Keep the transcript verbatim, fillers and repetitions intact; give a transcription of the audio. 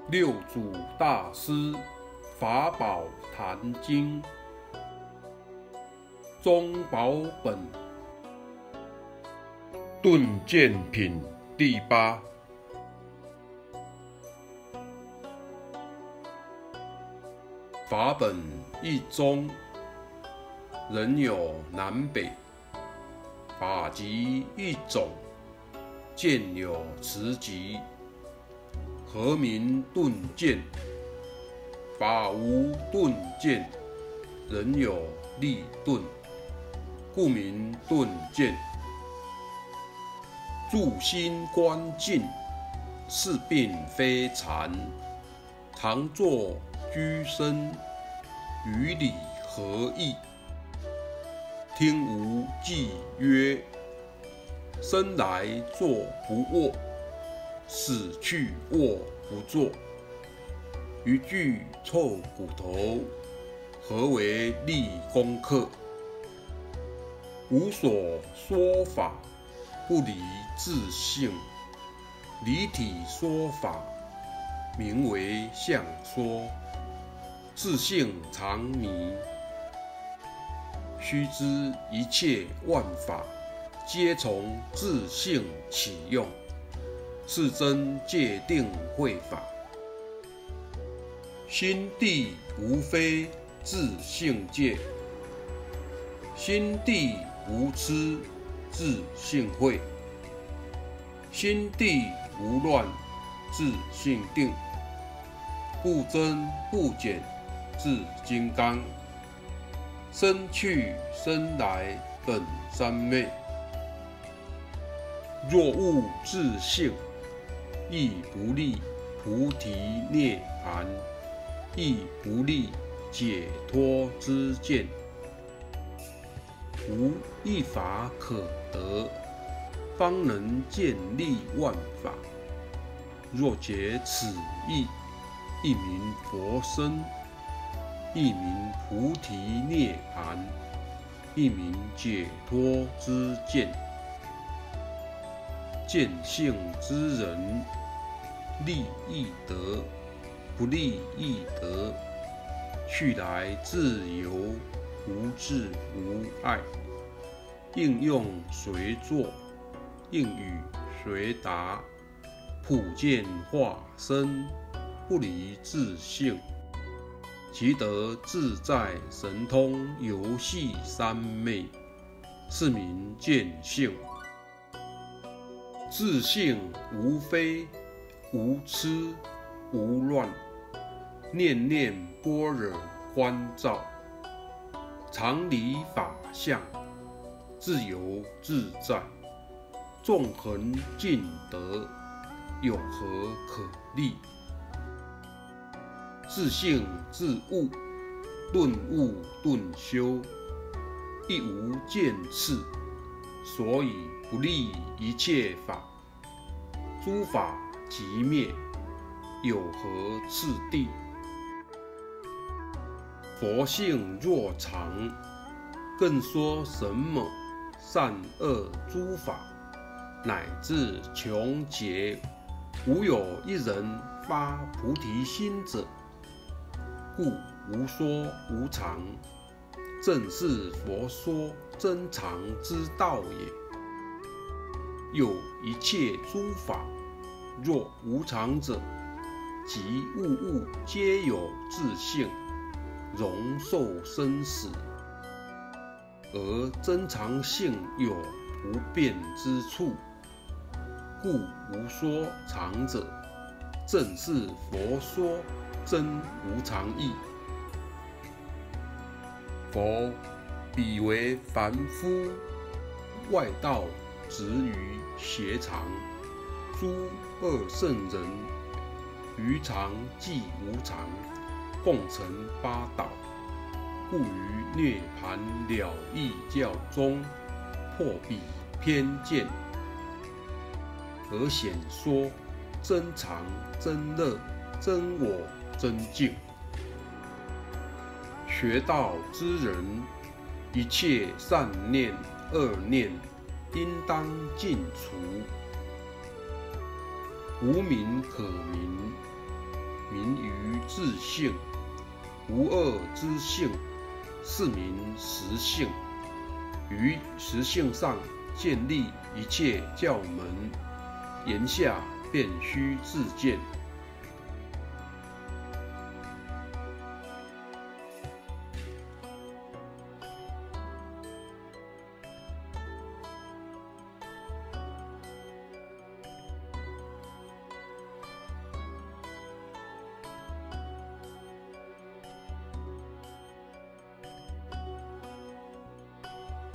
六祖大师法宝坛经宗宝本顿渐品第八。法本一宗，人有南北，法即一种，见有慈集。何名顿渐？法无顿渐，人有立顿，故名顿渐。住心观静，是病非禅。常坐居身，与理合意。听无记曰：生来坐不卧，死去卧不坐。一句臭骨头，何为立功课？无所说法，不离自性。离体说法，名为相说。自性常迷。须知一切万法，皆从自性起用，是真界定慧法。心地无非自性界，心地无痴自性慧，心地无乱自性定，不增不减自金刚。生去生来本三昧。若悟自性，亦不立菩提涅槃，亦不立解脱之见。无一法可得，方能建立万法。若解此义，一名佛身，一名菩提涅槃，一名解脱之见。见性之人，立亦得，不立亦得，去来自由，无滞无碍。应用随作，应语随答，普见化身，不离自性。即得自在神通游戏三昧，是名见性。自性无非，无痴无乱，念念般若观照，常离法相，自由自在，纵横尽得，有何可立？自性自悟，顿悟顿修，亦无见次，所以不立一切法。诸法即灭，有何次第？佛性若常，更说什么善恶诸法，乃至穷劫，无有一人发菩提心者。故无说无常，正是佛说真常之道也。有一切诸法，若无常者，即物物皆有自性，容受生死。而真常性有不变之处，故无说常者，正是佛说真无常义。佛彼为凡夫，外道执于邪常，诸恶圣人于常即无常，共成八倒，故于涅槃了义教中破彼偏见，而显说真常真乐真我真净。学道之人，一切善念恶念，应当尽除。无名可名， 名于自性，无二之性，是名实性。于实性上建立一切教门，言下便须自见。